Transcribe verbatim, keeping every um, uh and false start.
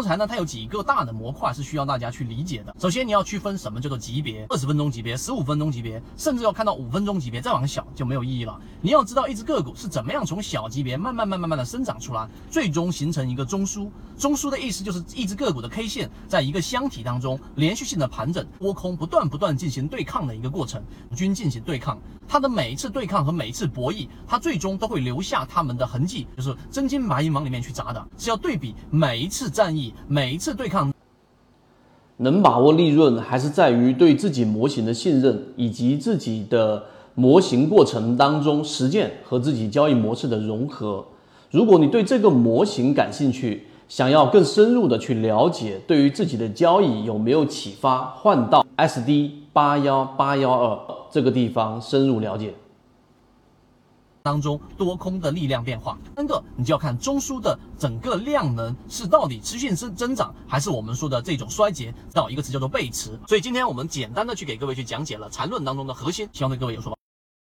刚才呢，它有几个大的模块是需要大家去理解的。首先，你要区分什么叫做级别，二十分钟级别、十五分钟级别，甚至要看到五分钟级别，再往小就没有意义了。你要知道一只个股是怎么样从小级别慢慢、慢慢、慢慢的生长出来，最终形成一个中枢。中枢的意思就是一只个股的 K 线在一个箱体当中连续性的盘整，多空不断不断进行对抗的一个过程，均进行对抗。它的每一次对抗和每一次博弈，它最终都会留下他们的痕迹，就是真金白银往里面去砸的，是要对比每一次战役。每一次对抗， 能把握利润，还是在于对自己模型的信任，以及自己的模型过程当中实践和自己交易模式的融合。如果你对这个模型感兴趣，想要更深入的去了解，对于自己的交易有没有启发，换到 S D 八一八一二这个地方深入了解。 当中多空的力量变化，三个你就要看中枢的整个量能是到底持续增增长，还是我们说的这种衰竭，到一个词叫做背驰。所以今天我们简单的去给各位去讲解了缠论当中的核心，希望对各位有所帮助。